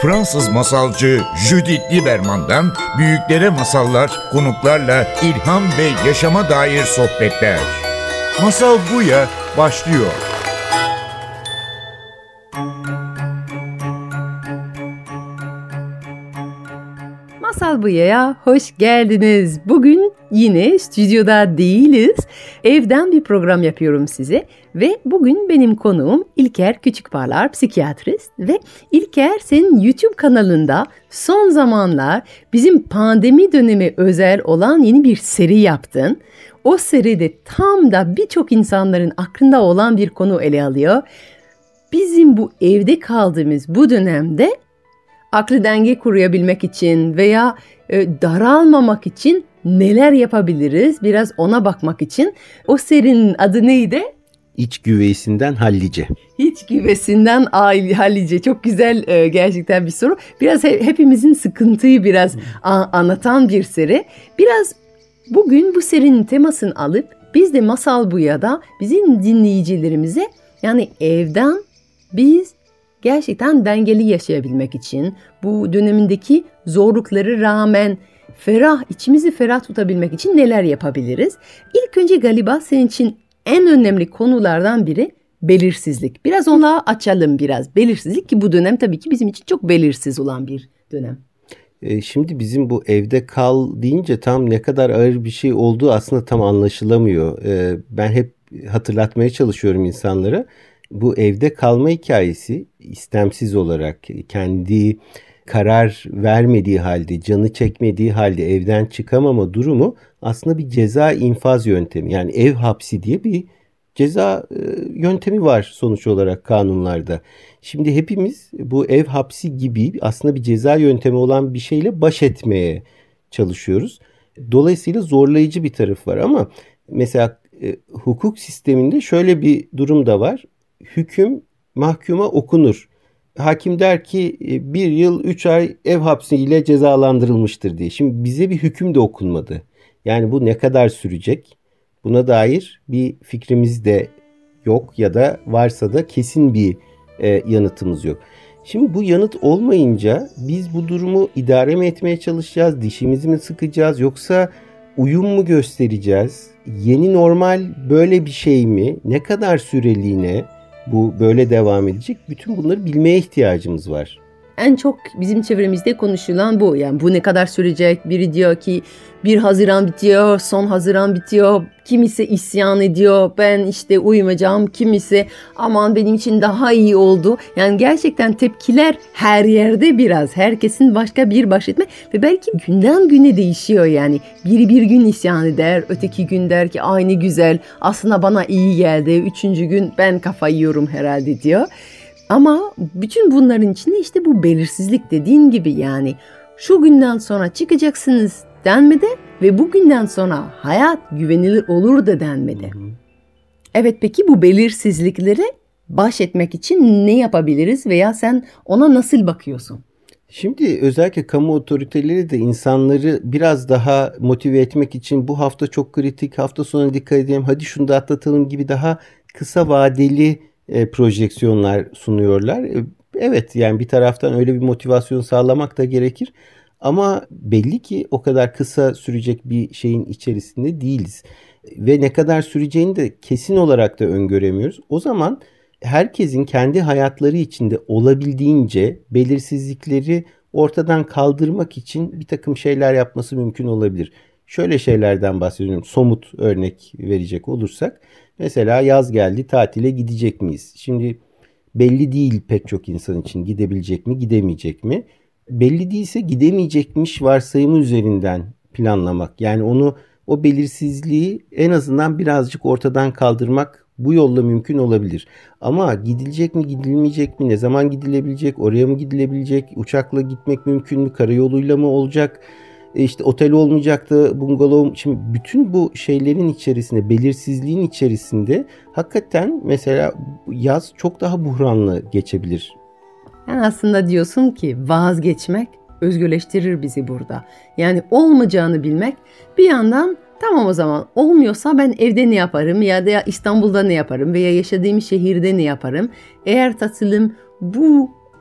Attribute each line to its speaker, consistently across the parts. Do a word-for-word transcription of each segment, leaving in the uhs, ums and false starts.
Speaker 1: Fransız masalcı Judith Lieberman'dan büyüklere masallar, konuklarla ilham ve yaşama dair sohbetler. Masal Buya başlıyor.
Speaker 2: Masal Buya'ya hoş geldiniz. Bugün yine stüdyoda değiliz. Evden bir program yapıyorum size. Ve bugün benim konuğum İlker Küçükparlar, psikiyatrist. Ve İlker, senin YouTube kanalında son zamanlar bizim pandemi dönemi özel olan yeni bir seri yaptın. O seride tam da birçok insanların aklında olan bir konu ele alıyor. Bizim bu evde kaldığımız bu dönemde aklı denge koruyabilmek için veya e, daralmamak için neler yapabiliriz? Biraz ona bakmak için. O serinin adı neydi?
Speaker 3: İç güveysinden hallice.
Speaker 2: İç güveysinden hallice. Çok güzel e, gerçekten bir soru. Biraz he, hepimizin sıkıntıyı biraz a, anlatan bir seri. Biraz bugün bu serinin temasını alıp biz de Masal Buya'da bizim dinleyicilerimize, yani evden biz gerçekten dengeli yaşayabilmek için, bu dönemindeki zorlukları rağmen ferah, içimizi ferah tutabilmek için neler yapabiliriz? İlk önce galiba senin için en önemli konulardan biri belirsizlik. Biraz ona açalım biraz. Belirsizlik, ki bu dönem tabii ki bizim için çok belirsiz olan bir dönem.
Speaker 3: Şimdi bizim bu evde kal deyince tam ne kadar ağır bir şey olduğu aslında tam anlaşılamıyor. Ben hep hatırlatmaya çalışıyorum insanlara. Bu evde kalma hikayesi istemsiz olarak, kendi karar vermediği halde, canı çekmediği halde evden çıkamama durumu aslında bir ceza infaz yöntemi. Yani ev hapsi diye bir ceza yöntemi var sonuç olarak kanunlarda. Şimdi hepimiz bu ev hapsi gibi aslında bir ceza yöntemi olan bir şeyle baş etmeye çalışıyoruz. Dolayısıyla zorlayıcı bir taraf var ama mesela e, hukuk sisteminde şöyle bir durum da var. Hüküm mahkuma okunur. Hakim der ki bir yıl üç ay ev hapsiyle cezalandırılmıştır diye. Şimdi bize bir hüküm de okunmadı. Yani bu ne kadar sürecek? Buna dair bir fikrimiz de yok ya da varsa da kesin bir e, yanıtımız yok. Şimdi bu yanıt olmayınca biz bu durumu idare mi etmeye çalışacağız? Dişimizi mi sıkacağız? Yoksa uyum mu göstereceğiz? Yeni normal böyle bir şey mi? Ne kadar süreliğine bu böyle devam edecek? Bütün bunları bilmeye ihtiyacımız var.
Speaker 2: En çok bizim çevremizde konuşulan bu. Yani bu ne kadar sürecek? Biri diyor ki bir Haziran bitiyor, son Haziran bitiyor. Kimisi isyan ediyor, ben işte uyumayacağım. Kimisi aman benim için daha iyi oldu. Yani gerçekten tepkiler her yerde biraz. Herkesin başka bir baş etme ve belki günden güne değişiyor yani. Biri bir gün isyan eder, öteki gün der ki aynı güzel, aslında bana iyi geldi. Üçüncü gün ben kafayı yiyorum herhalde diyor. Ama bütün bunların içinde işte bu belirsizlik dediğin gibi, yani şu günden sonra çıkacaksınız denmedi ve bugünden sonra hayat güvenilir olur da denmedi. Hı hı. Evet, peki bu belirsizlikleri baş etmek için ne yapabiliriz veya sen ona nasıl bakıyorsun?
Speaker 3: Şimdi özellikle kamu otoriteleri de insanları biraz daha motive etmek için bu hafta çok kritik, hafta sonu dikkat edelim, hadi şunu da atlatalım gibi daha kısa vadeli E, projeksiyonlar sunuyorlar. E, evet, yani bir taraftan öyle bir motivasyon sağlamak da gerekir. Ama belli ki o kadar kısa sürecek bir şeyin içerisinde değiliz. Ve ne kadar süreceğini de kesin olarak da öngöremiyoruz. O zaman herkesin kendi hayatları içinde olabildiğince belirsizlikleri ortadan kaldırmak için bir takım şeyler yapması mümkün olabilir. Şöyle şeylerden bahsediyorum. Somut örnek verecek olursak. Mesela yaz geldi, tatile gidecek miyiz? Şimdi belli değil pek çok insan için, gidebilecek mi, gidemeyecek mi? Belli değilse gidemeyecekmiş varsayımı üzerinden planlamak. Yani onu, o belirsizliği en azından birazcık ortadan kaldırmak bu yolla mümkün olabilir. Ama gidilecek mi, gidilmeyecek mi, ne zaman gidilebilecek, oraya mı gidilebilecek, uçakla gitmek mümkün mü, karayoluyla mı olacak? İşte otel olmayacaktı, bungalov. Şimdi bütün bu şeylerin içerisinde, belirsizliğin içerisinde hakikaten mesela yaz çok daha buhranlı geçebilir.
Speaker 2: Yani aslında diyorsun ki vazgeçmek özgürleştirir bizi burada. Yani olmayacağını bilmek, bir yandan tamam o zaman olmuyorsa ben evde ne yaparım ya da İstanbul'da ne yaparım veya yaşadığım şehirde ne yaparım? Eğer tasarım bu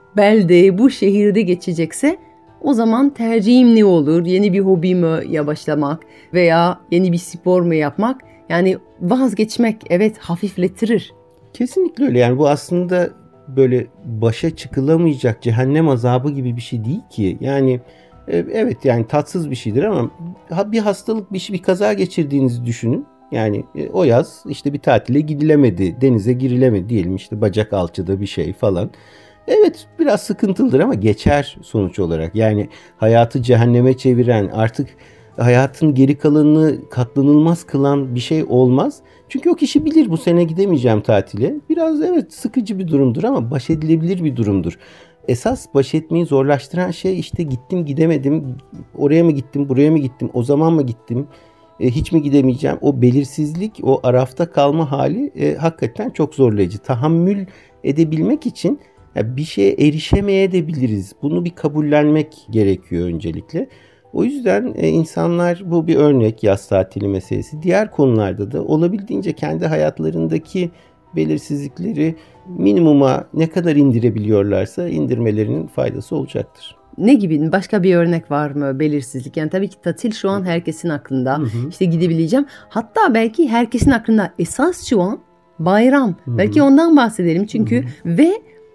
Speaker 2: belde, bu şehirde geçecekse o zaman tercihim ne olur? Yeni bir hobi mi ya başlamak veya yeni bir spor mu yapmak? Yani vazgeçmek evet hafifletir.
Speaker 3: Kesinlikle öyle. Yani bu aslında böyle başa çıkılamayacak cehennem azabı gibi bir şey değil ki. Yani e, evet yani tatsız bir şeydir ama bir hastalık bir şey, bir kaza geçirdiğinizi düşünün. Yani e, o yaz işte bir tatile gidilemedi, denize girilemedi diyelim, işte bacak alçıda bir şey falan. Evet biraz sıkıntılıdır ama geçer sonuç olarak. Yani hayatı cehenneme çeviren, artık hayatın geri kalanını katlanılmaz kılan bir şey olmaz. Çünkü o kişi bilir bu sene gidemeyeceğim tatile. Biraz evet sıkıcı bir durumdur ama baş edilebilir bir durumdur. Esas baş etmeyi zorlaştıran şey işte gittim gidemedim, oraya mı gittim buraya mı gittim, o zaman mı gittim, e, hiç mi gidemeyeceğim. O belirsizlik, o arafta kalma hali e, hakikaten çok zorlayıcı. Tahammül edebilmek için ya bir şeye erişemeyebiliriz. Bunu bir kabullenmek gerekiyor öncelikle. O yüzden e, insanlar, bu bir örnek yaz tatili meselesi. Diğer konularda da olabildiğince kendi hayatlarındaki belirsizlikleri minimuma ne kadar indirebiliyorlarsa indirmelerinin faydası olacaktır.
Speaker 2: Ne gibi? Başka bir örnek var mı belirsizlik? Yani tabii ki tatil şu an herkesin aklında. Hı hı. İşte gidebileceğim. Hatta belki herkesin aklında esas şu an bayram. Hı hı. Belki ondan bahsedelim çünkü hı hı. ve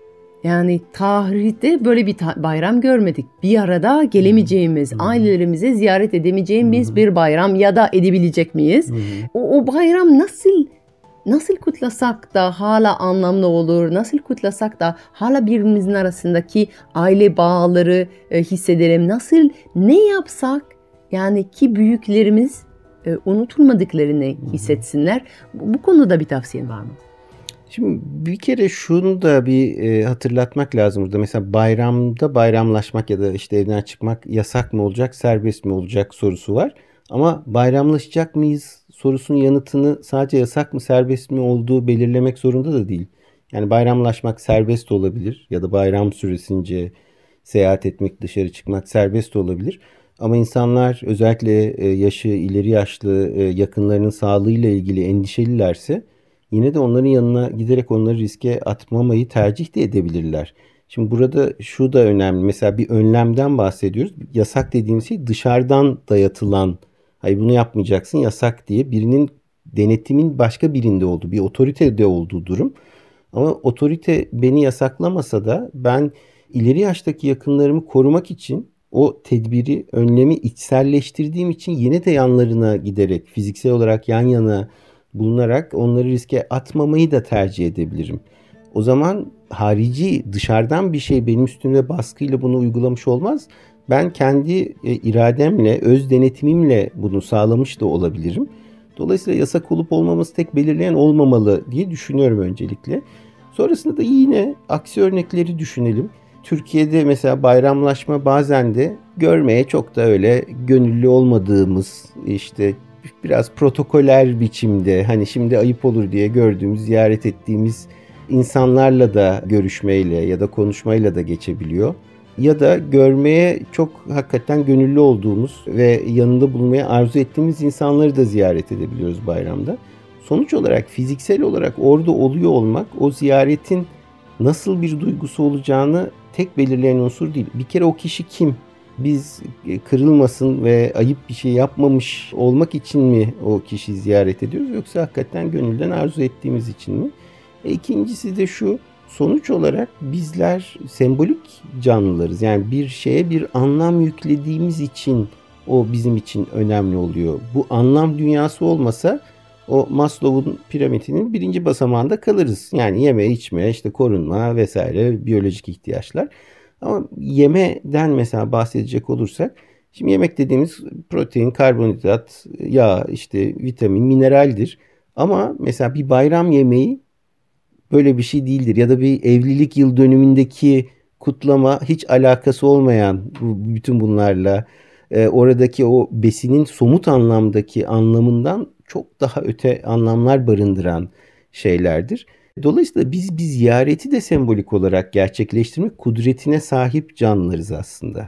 Speaker 2: yani tarihte böyle bir ta- bayram görmedik. Bir arada gelemeyeceğimiz, hmm. ailelerimize ziyaret edemeyeceğimiz hmm. bir bayram ya da edebilecek miyiz? Hmm. O, o bayram nasıl nasıl kutlasak da hala anlamlı olur? Nasıl kutlasak da hala birbirimizin arasındaki aile bağları e, hissedelim? Nasıl ne yapsak? Yani ki büyüklerimiz e, unutulmadıklarını hissetsinler. Bu, bu konuda bir tavsiyen var mı?
Speaker 3: Şimdi bir kere şunu da bir e, hatırlatmak lazım burada. Mesela bayramda bayramlaşmak ya da işte evden çıkmak yasak mı olacak, serbest mi olacak sorusu var. Ama bayramlaşacak mıyız sorusunun yanıtını sadece yasak mı, serbest mi olduğu belirlemek zorunda da değil. Yani bayramlaşmak serbest olabilir ya da bayram süresince seyahat etmek, dışarı çıkmak serbest olabilir. Ama insanlar özellikle e, yaşı ileri yaşlı, e, yakınlarının sağlığıyla ilgili endişelilerse yine de onların yanına giderek onları riske atmamayı tercih de edebilirler. Şimdi burada şu da önemli. Mesela bir önlemden bahsediyoruz. Yasak dediğimiz şey dışarıdan dayatılan, hayır bunu yapmayacaksın yasak diye birinin denetimin başka birinde olduğu, bir otoritede olduğu durum. Ama otorite beni yasaklamasa da ben ileri yaştaki yakınlarımı korumak için o tedbiri, önlemi içselleştirdiğim için yine de yanlarına giderek fiziksel olarak yan yana bulunarak onları riske atmamayı da tercih edebilirim. O zaman harici dışarıdan bir şey benim üstümde baskıyla bunu uygulamış olmaz. Ben kendi e, irademle, öz denetimimle bunu sağlamış da olabilirim. Dolayısıyla yasak olup olmaması tek belirleyen olmamalı diye düşünüyorum öncelikle. Sonrasında da yine aksi örnekleri düşünelim. Türkiye'de mesela bayramlaşma bazen de görmeye çok da öyle gönüllü olmadığımız, işte biraz protokoler biçimde, hani şimdi ayıp olur diye gördüğümüz, ziyaret ettiğimiz insanlarla da görüşmeyle ya da konuşmayla da geçebiliyor. Ya da görmeye çok hakikaten gönüllü olduğumuz ve yanında bulunmaya arzu ettiğimiz insanları da ziyaret edebiliyoruz bayramda. Sonuç olarak fiziksel olarak orada oluyor olmak o ziyaretin nasıl bir duygusu olacağını tek belirleyen unsur değil. Bir kere o kişi kim? Biz kırılmasın ve ayıp bir şey yapmamış olmak için mi o kişiyi ziyaret ediyoruz, yoksa hakikaten gönülden arzu ettiğimiz için mi? E ikincisi de şu, sonuç olarak bizler sembolik canlılarız. Yani bir şeye bir anlam yüklediğimiz için o bizim için önemli oluyor. Bu anlam dünyası olmasa o Maslow'un piramidinin birinci basamağında kalırız. Yani yeme, içme, işte korunma vesaire biyolojik ihtiyaçlar. Ama yemeden mesela bahsedecek olursak, şimdi yemek dediğimiz protein, karbonhidrat, yağ, işte vitamin, mineraldir. Ama mesela bir bayram yemeği böyle bir şey değildir. Ya da bir evlilik yıl dönümündeki kutlama hiç alakası olmayan bu, bütün bunlarla e, oradaki o besinin somut anlamdaki anlamından çok daha öte anlamlar barındıran şeylerdir. Dolayısıyla biz bir ziyareti de sembolik olarak gerçekleştirmek kudretine sahip canlılarız aslında.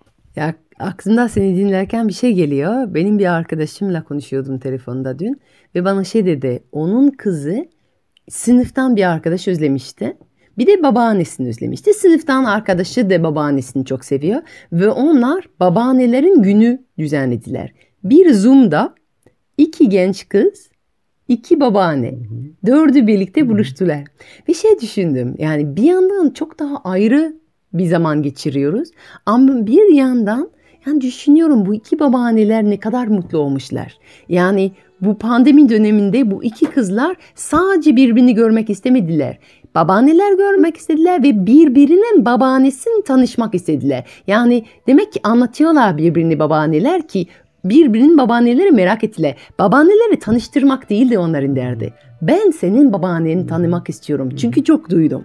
Speaker 2: Ya aklımda seni dinlerken bir şey geliyor. Benim bir arkadaşımla konuşuyordum telefonda dün ve bana şey dedi. Onun kızı sınıftan bir arkadaş özlemişti. Bir de babaannesini özlemişti. Sınıftan arkadaşı da babaannesini çok seviyor. Ve onlar babaannelerin günü düzenlediler. Bir Zoom'da iki genç kız, iki babaanne, dördü birlikte buluştular. Bir şey düşündüm. Yani bir yandan çok daha ayrı bir zaman geçiriyoruz. Ama bir yandan yani düşünüyorum bu iki babaanneler ne kadar mutlu olmuşlar. Yani bu pandemi döneminde bu iki kızlar sadece birbirini görmek istemediler. Babaanneler görmek istediler ve birbirinin babaannesini tanışmak istediler. Yani demek ki anlatıyorlar birbirini babaanneler ki birbirinin babaanneleri merak ettiler. Babaanneleri tanıştırmak değildi onların derdi. Ben senin babaanneni tanımak istiyorum. Çünkü çok duydum.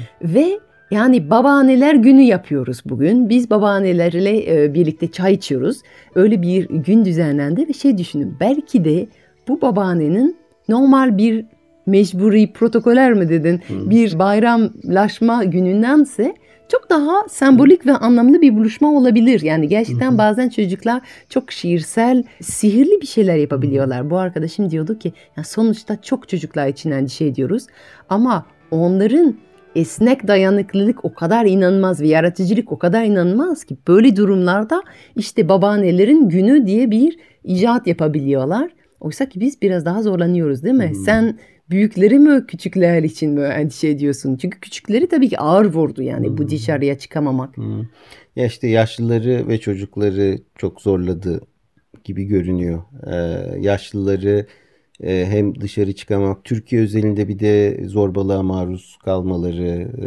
Speaker 2: Ve yani babaanneler günü yapıyoruz bugün. Biz babaannelerle e, birlikte çay içiyoruz. Öyle bir gün düzenlendi ve şey düşündüm. Belki de bu babaannenin normal bir mecburi protokoler mi dedin hmm. bir bayramlaşma günündense çok daha sembolik ve anlamlı bir buluşma olabilir. Yani gerçekten bazen çocuklar çok şiirsel, sihirli bir şeyler yapabiliyorlar. Bu arkadaşım diyordu ki ya sonuçta çok çocuklar için endişe ediyoruz. Ama onların esnek dayanıklılık o kadar inanılmaz ve yaratıcılık o kadar inanılmaz ki böyle durumlarda işte babaannelerin günü diye bir icat yapabiliyorlar. Oysa ki biz biraz daha zorlanıyoruz değil mi? Hmm. Sen büyükleri mi küçükler için mi endişe ediyorsun? Çünkü küçükleri tabii ki ağır vurdu yani hmm. bu dışarıya çıkamamak. Hmm.
Speaker 3: Ya işte yaşlıları ve çocukları çok zorladı gibi görünüyor. Ee, yaşlıları e, hem dışarı çıkamamak, Türkiye özelinde bir de zorbalığa maruz kalmaları, e,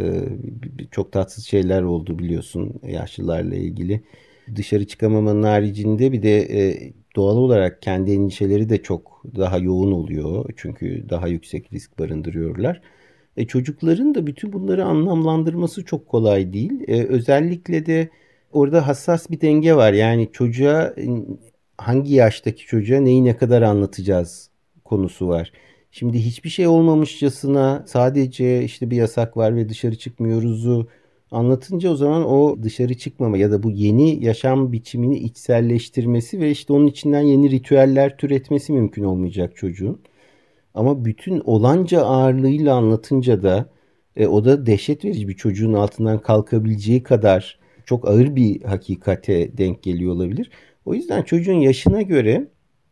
Speaker 3: çok tatsız şeyler oldu biliyorsun yaşlılarla ilgili. Dışarı çıkamamanın haricinde bir de e, doğal olarak kendi endişeleri de çok daha yoğun oluyor. Çünkü daha yüksek risk barındırıyorlar. E, çocukların da bütün bunları anlamlandırması çok kolay değil. E, özellikle de orada hassas bir denge var. Yani çocuğa, hangi yaştaki çocuğa neyi ne kadar anlatacağız konusu var. Şimdi hiçbir şey olmamışçasına sadece işte bir yasak var ve dışarı çıkmıyoruzu anlatınca o zaman o dışarı çıkmama ya da bu yeni yaşam biçimini içselleştirmesi ve işte onun içinden yeni ritüeller türetmesi mümkün olmayacak çocuğun. Ama bütün olanca ağırlığıyla anlatınca da e, o da dehşet verici, bir çocuğun altından kalkabileceği kadar çok ağır bir hakikate denk geliyor olabilir. O yüzden çocuğun yaşına göre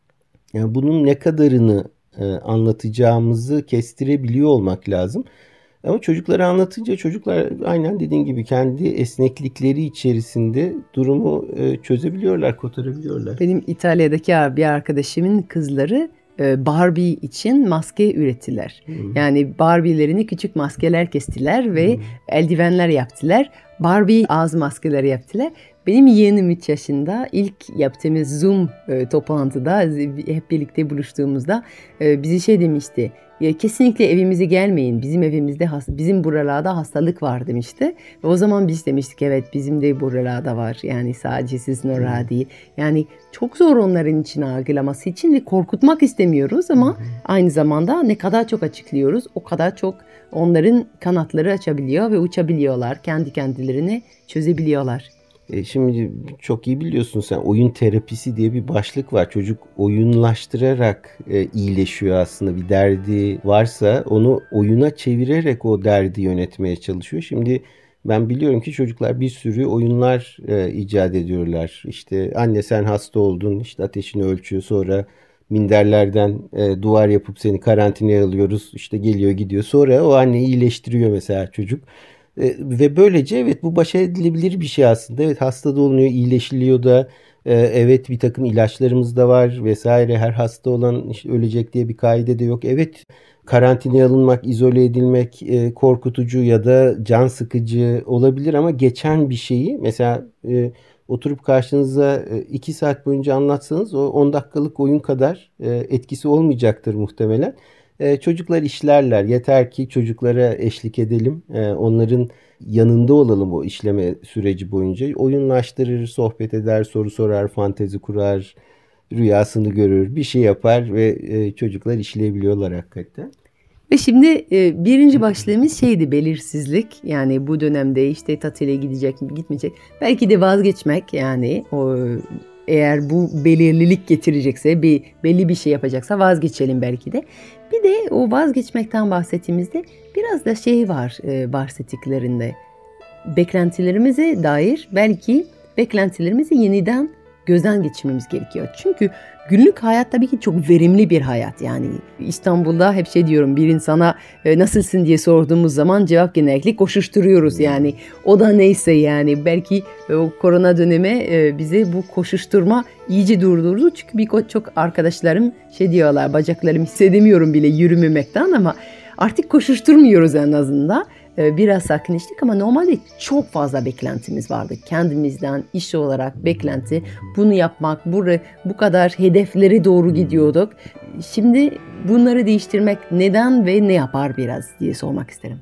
Speaker 3: yani bunun ne kadarını e, anlatacağımızı kestirebiliyor olmak lazım. Ama çocuklara anlatınca çocuklar aynen dediğin gibi kendi esneklikleri içerisinde durumu e, çözebiliyorlar, kotarabiliyorlar.
Speaker 2: Benim İtalya'daki bir arkadaşımın kızları e, Barbie için maske ürettiler. Hmm. Yani Barbie'lerini küçük maskeler kestiler ve hmm. eldivenler yaptılar. Barbie ağız maskeleri yaptılar. Benim yeğenim üç yaşında ilk yaptığımız Zoom e, toplantıda hep birlikte buluştuğumuzda e, bize şey demişti. Ya, kesinlikle evimize gelmeyin. Bizim evimizde bizim buralarda hastalık var demişti. Ve o zaman biz demiştik evet bizim de buralarda var. Yani sadece sizin orada değil. Yani çok zor onların için algılaması için ve korkutmak istemiyoruz ama aynı zamanda ne kadar çok açıklıyoruz o kadar çok onların kanatları açabiliyor ve uçabiliyorlar. Kendi kendilerini çözebiliyorlar.
Speaker 3: E şimdi çok iyi biliyorsun sen, oyun terapisi diye bir başlık var. Çocuk oyunlaştırarak e, iyileşiyor aslında. Bir derdi varsa onu oyuna çevirerek o derdi yönetmeye çalışıyor. Şimdi ben biliyorum ki çocuklar bir sürü oyunlar e, icat ediyorlar. İşte anne sen hasta oldun, işte ateşini ölçüyor, sonra minderlerden e, duvar yapıp seni karantinaya alıyoruz. İşte geliyor gidiyor, sonra o anne iyileştiriyor mesela çocuk. E, ve böylece evet bu baş edilebilir bir şey aslında. Evet hasta da olunuyor, iyileşiliyor da. E, evet bir takım ilaçlarımız da var vesaire. Her hasta olan işte ölecek diye bir kaide de yok. Evet karantinaya alınmak, izole edilmek e, korkutucu ya da can sıkıcı olabilir ama geçen bir şeyi mesela e, oturup karşınıza e, iki saat boyunca anlatsanız o on dakikalık oyun kadar e, etkisi olmayacaktır muhtemelen. Ee, çocuklar işlerler. Yeter ki çocuklara eşlik edelim. Ee, onların yanında olalım o işleme süreci boyunca. Oyunlaştırır, sohbet eder, soru sorar, fantezi kurar, rüyasını görür, bir şey yapar ve e, çocuklar işleyebiliyorlar hakikaten.
Speaker 2: Ve şimdi e, birinci başlığımız şeydi, belirsizlik. Yani bu dönemde işte tatile gidecek mi gitmeyecek. Belki de vazgeçmek, yani o Eğer bu belirlilik getirecekse, bir belli bir şey yapacaksa vazgeçelim belki de. Bir de o vazgeçmekten bahsettiğimizde biraz da şey var e, bahsettiklerinde. Beklentilerimize dair belki beklentilerimizi yeniden gözden geçirmemiz gerekiyor. Çünkü günlük hayat tabii ki çok verimli bir hayat. Yani İstanbul'da hep şey diyorum, bir insana e, nasılsın diye sorduğumuz zaman cevap genellikle koşuşturuyoruz. Yani o da neyse, yani belki e, o korona dönemi e, bize bu koşuşturma iyice durdurdu. Çünkü bir çok arkadaşlarım şey diyorlar, bacaklarımı hissedemiyorum bile yürümemekten, ama artık koşuşturmuyoruz en azından. Biraz sakinleştik ama normalde çok fazla beklentimiz vardı. Kendimizden, iş olarak beklenti, bunu yapmak, bu, bu kadar hedeflere doğru gidiyorduk. Şimdi bunları değiştirmek neden ve ne yapar biraz diye sormak isterim.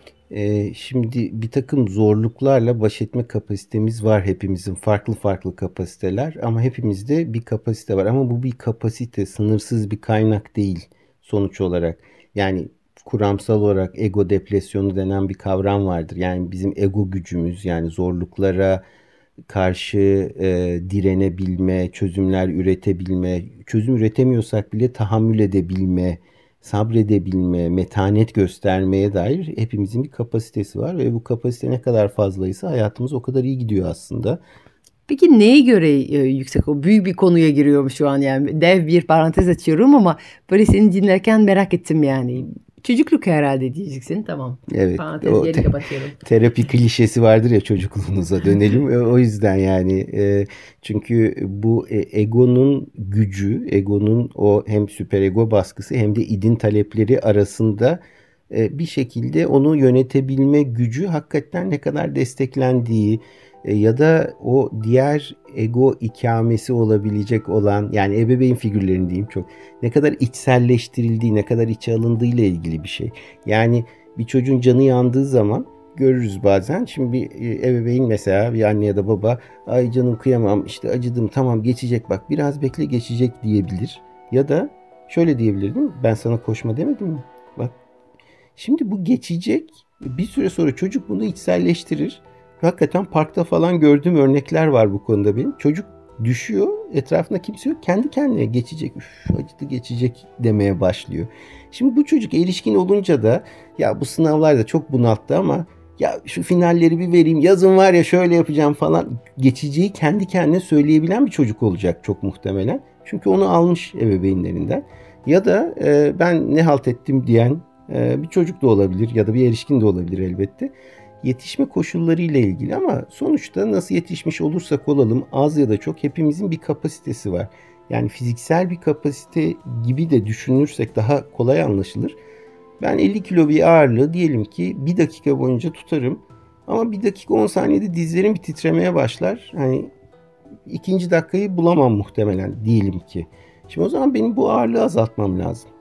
Speaker 3: Ee, şimdi bir takım zorluklarla baş etme kapasitemiz var hepimizin. Farklı farklı kapasiteler ama hepimizde bir kapasite var. Ama bu bir kapasite, sınırsız bir kaynak değil sonuç olarak. Yani kuramsal olarak ego depresyonu denen bir kavram vardır. Yani bizim ego gücümüz, yani zorluklara karşı e, direnebilme, çözümler üretebilme, çözüm üretemiyorsak bile tahammül edebilme, sabredebilme, metanet göstermeye dair hepimizin bir kapasitesi var ve bu kapasite ne kadar fazlaysa hayatımız o kadar iyi gidiyor aslında.
Speaker 2: Peki neye göre e, yüksek? O büyük bir konuya giriyorum şu an, yani dev bir parantez açıyorum ama böyle seni dinlerken merak ettim yani. Çocukluk herhalde diyeceksin, tamam.
Speaker 3: Evet.
Speaker 2: Parantezleri
Speaker 3: te-
Speaker 2: kapatıyorum.
Speaker 3: Terapi klişesi vardır ya, çocukluğunuza dönelim. O yüzden yani e, çünkü bu e, egonun gücü, egonun o hem süperego baskısı hem de idin talepleri arasında e, bir şekilde onu yönetebilme gücü hakikaten ne kadar desteklendiği e, ya da o diğer ego ikamesi olabilecek olan, yani ebeveyn figürlerin diyeyim, çok ne kadar içselleştirildiği, ne kadar içe alındığı ile ilgili bir şey. Yani bir çocuğun canı yandığı zaman görürüz bazen. Şimdi bir ebeveyn mesela, bir anne ya da baba, ay canım kıyamam, işte acıdım, tamam geçecek, bak biraz bekle geçecek diyebilir. Ya da şöyle diyebilir, değil mi? Ben sana koşma demedim mi? Bak şimdi bu geçecek. Bir süre sonra çocuk bunu içselleştirir. Hakikaten parkta falan gördüğüm örnekler var bu konuda benim. Çocuk düşüyor, etrafında kimse yok, kendi kendine geçecek, üf acıdı geçecek demeye başlıyor. Şimdi bu çocuk erişkin olunca da ya bu sınavlar da çok bunalttı ama ya şu finalleri bir vereyim, yazın var ya şöyle yapacağım falan, geçeceği kendi kendine söyleyebilen bir çocuk olacak çok muhtemelen. Çünkü onu almış ebeveynlerinden. Ya da e, ben ne halt ettim diyen e, bir çocuk da olabilir ya da bir erişkin de olabilir elbette. Yetişme koşulları ile ilgili ama sonuçta nasıl yetişmiş olursak olalım, az ya da çok hepimizin bir kapasitesi var. Yani fiziksel bir kapasite gibi de düşünürsek daha kolay anlaşılır. Ben elli kilo bir ağırlığı diyelim ki bir dakika boyunca tutarım. Ama bir dakika on saniyede dizlerim bir titremeye başlar. Hani ikinci dakikayı bulamam muhtemelen diyelim ki. Şimdi o zaman benim bu ağırlığı azaltmam lazım.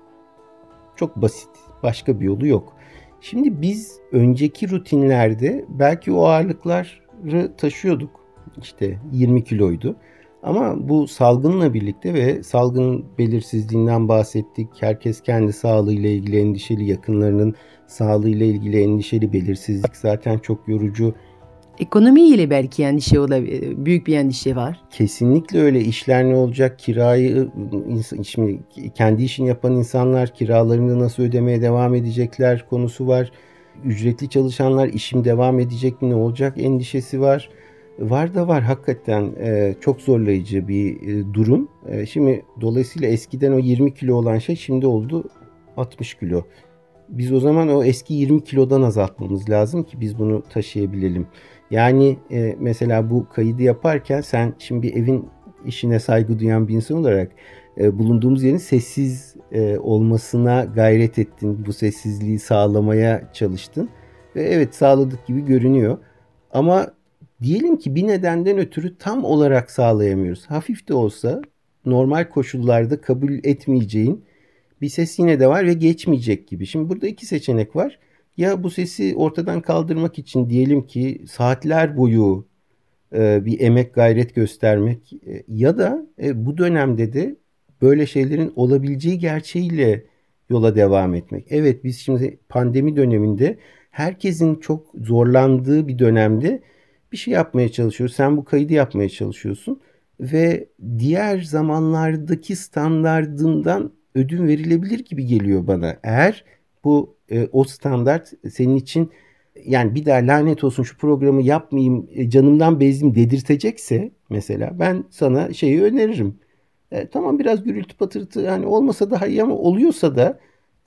Speaker 3: Çok basit. Başka bir yolu yok. Şimdi biz önceki rutinlerde belki o ağırlıkları taşıyorduk. İşte yirmi kiloydu. Ama bu salgınla birlikte ve salgının belirsizliğinden bahsettik. Herkes kendi sağlığıyla ilgili endişeli, yakınlarının sağlığıyla ilgili endişeli, belirsizlik zaten çok yorucu.
Speaker 2: Ekonomiyle belki endişe olabilir, büyük bir endişe var.
Speaker 3: Kesinlikle öyle. İşler ne olacak? Kirayı, şimdi kendi işini yapan insanlar kiralarını nasıl ödemeye devam edecekler konusu var. Ücretli çalışanlar işim devam edecek mi, ne olacak endişesi var. Var da var hakikaten e, çok zorlayıcı bir e, durum. E, şimdi dolayısıyla eskiden o yirmi kilo olan şey şimdi oldu altmış kilo. Biz o zaman o eski yirmi kilodan azaltmamız lazım ki biz bunu taşıyabilelim. Yani e, mesela bu kaydı yaparken sen şimdi bir evin işine saygı duyan bir insan olarak e, bulunduğumuz yerin sessiz e, olmasına gayret ettin. Bu sessizliği sağlamaya çalıştın. Ve evet, sağladık gibi görünüyor. Ama diyelim ki bir nedenden ötürü tam olarak sağlayamıyoruz. Hafif de olsa normal koşullarda kabul etmeyeceğin bir ses yine de var ve geçmeyecek gibi. Şimdi burada iki seçenek var. Ya bu sesi ortadan kaldırmak için diyelim ki saatler boyu e, bir emek gayret göstermek e, ya da e, bu dönemde de böyle şeylerin olabileceği gerçeğiyle yola devam etmek. Evet, biz şimdi pandemi döneminde herkesin çok zorlandığı bir dönemde bir şey yapmaya çalışıyoruz. Sen bu kaydı yapmaya çalışıyorsun. ve diğer zamanlardaki standardından ödün verilebilir gibi geliyor bana. Eğer bu e, o standart senin için yani bir daha lanet olsun şu programı yapmayayım e, canımdan bezdim dedirtecekse mesela ben sana şeyi öneririm. E, tamam biraz gürültü patırtı yani olmasa daha iyi ama oluyorsa da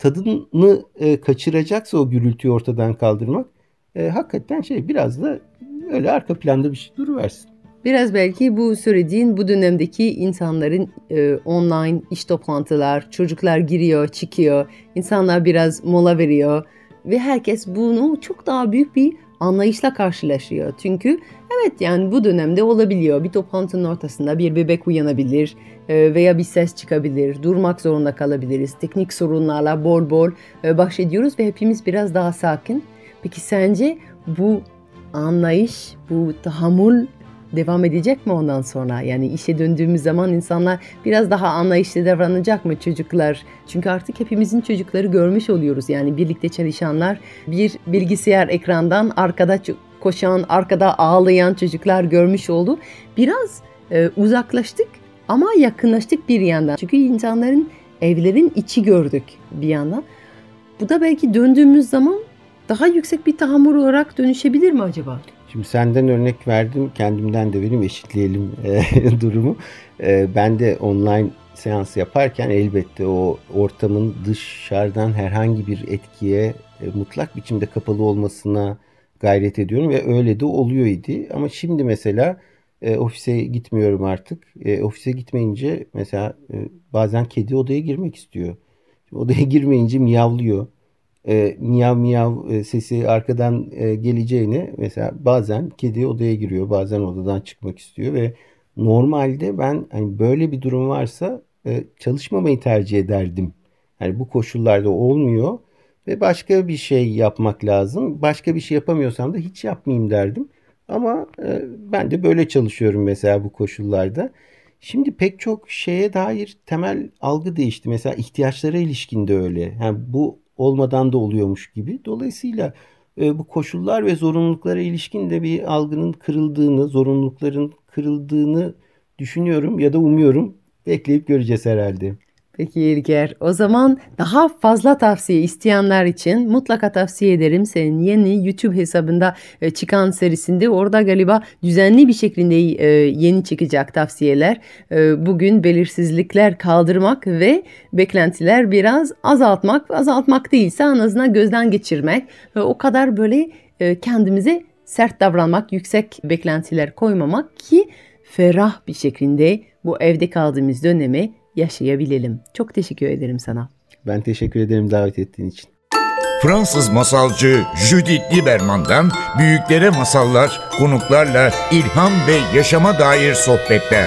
Speaker 3: tadını e, kaçıracaksa o gürültüyü ortadan kaldırmak e, hakikaten şey biraz da öyle arka planda bir şey duruversin.
Speaker 2: Biraz belki bu söylediğin bu dönemdeki insanların e, online iş toplantılar, çocuklar giriyor, çıkıyor, insanlar biraz mola veriyor ve herkes bunu çok daha büyük bir anlayışla karşılaşıyor. Çünkü evet yani bu dönemde olabiliyor. Bir toplantının ortasında bir bebek uyanabilir e, veya bir ses çıkabilir, durmak zorunda kalabiliriz. Teknik sorunlarla bol bol e, baş ediyoruz ve hepimiz biraz daha sakin. Peki sence bu anlayış, bu tahammül devam edecek mi ondan sonra? Yani işe döndüğümüz zaman insanlar biraz daha anlayışlı davranacak mı çocuklar? Çünkü artık hepimizin çocukları görmüş oluyoruz. Yani birlikte çalışanlar bir bilgisayar ekrandan arkada koşan, arkada ağlayan çocuklar görmüş oldu. Biraz e, uzaklaştık ama yakınlaştık bir yandan. Çünkü insanların evlerin içi gördük bir yandan. Bu da belki döndüğümüz zaman daha yüksek bir tahammül olarak dönüşebilir mi acaba?
Speaker 3: Şimdi senden örnek verdim, kendimden de vereyim, eşitleyelim e, durumu. E, ben de online seans yaparken elbette o ortamın dışarıdan herhangi bir etkiye e, mutlak biçimde kapalı olmasına gayret ediyorum ve öyle de oluyor idi. Ama şimdi mesela e, ofise gitmiyorum artık. E, ofise gitmeyince mesela e, bazen kedi odaya girmek istiyor. Şimdi odaya girmeyince miyavlıyor. E, miyav miyav e, sesi arkadan e, geleceğine mesela bazen kedi odaya giriyor, bazen odadan çıkmak istiyor ve normalde ben hani böyle bir durum varsa e, çalışmamayı tercih ederdim. Yani bu koşullarda olmuyor ve başka bir şey yapmak lazım. Başka bir şey yapamıyorsam da hiç yapmayayım derdim. Ama e, ben de böyle çalışıyorum mesela bu koşullarda. Şimdi pek çok şeye dair temel algı değişti. Mesela ihtiyaçlara ilişkin de öyle. Yani bu olmadan da oluyormuş gibi. Dolayısıyla e, bu koşullar ve zorunluluklara ilişkin de bir algının kırıldığını, zorunlulukların kırıldığını düşünüyorum ya da umuyorum. Bekleyip göreceğiz herhalde.
Speaker 2: Peki İlker, o zaman daha fazla tavsiye isteyenler için mutlaka tavsiye ederim senin yeni YouTube hesabında çıkan serisinde. Orada galiba düzenli bir şekilde yeni çıkacak tavsiyeler. Bugün belirsizlikler kaldırmak ve beklentiler biraz azaltmak. Azaltmak değilse en azından gözden geçirmek. O kadar böyle kendimize sert davranmak, yüksek beklentiler koymamak ki ferah bir şekilde bu evde kaldığımız dönemi yaşayabilelim. Çok teşekkür ederim sana.
Speaker 3: Ben teşekkür ederim davet ettiğin için.
Speaker 1: Fransız masalcı Judith Lieberman'dan büyüklere masallar, konuklarla ilham ve yaşama dair sohbetler.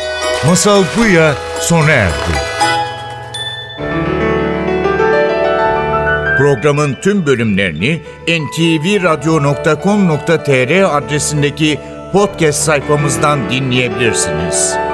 Speaker 1: Masal Buya sona erdi. Programın tüm bölümlerini en te ve radyo nokta com nokta tr adresindeki podcast sayfamızdan dinleyebilirsiniz.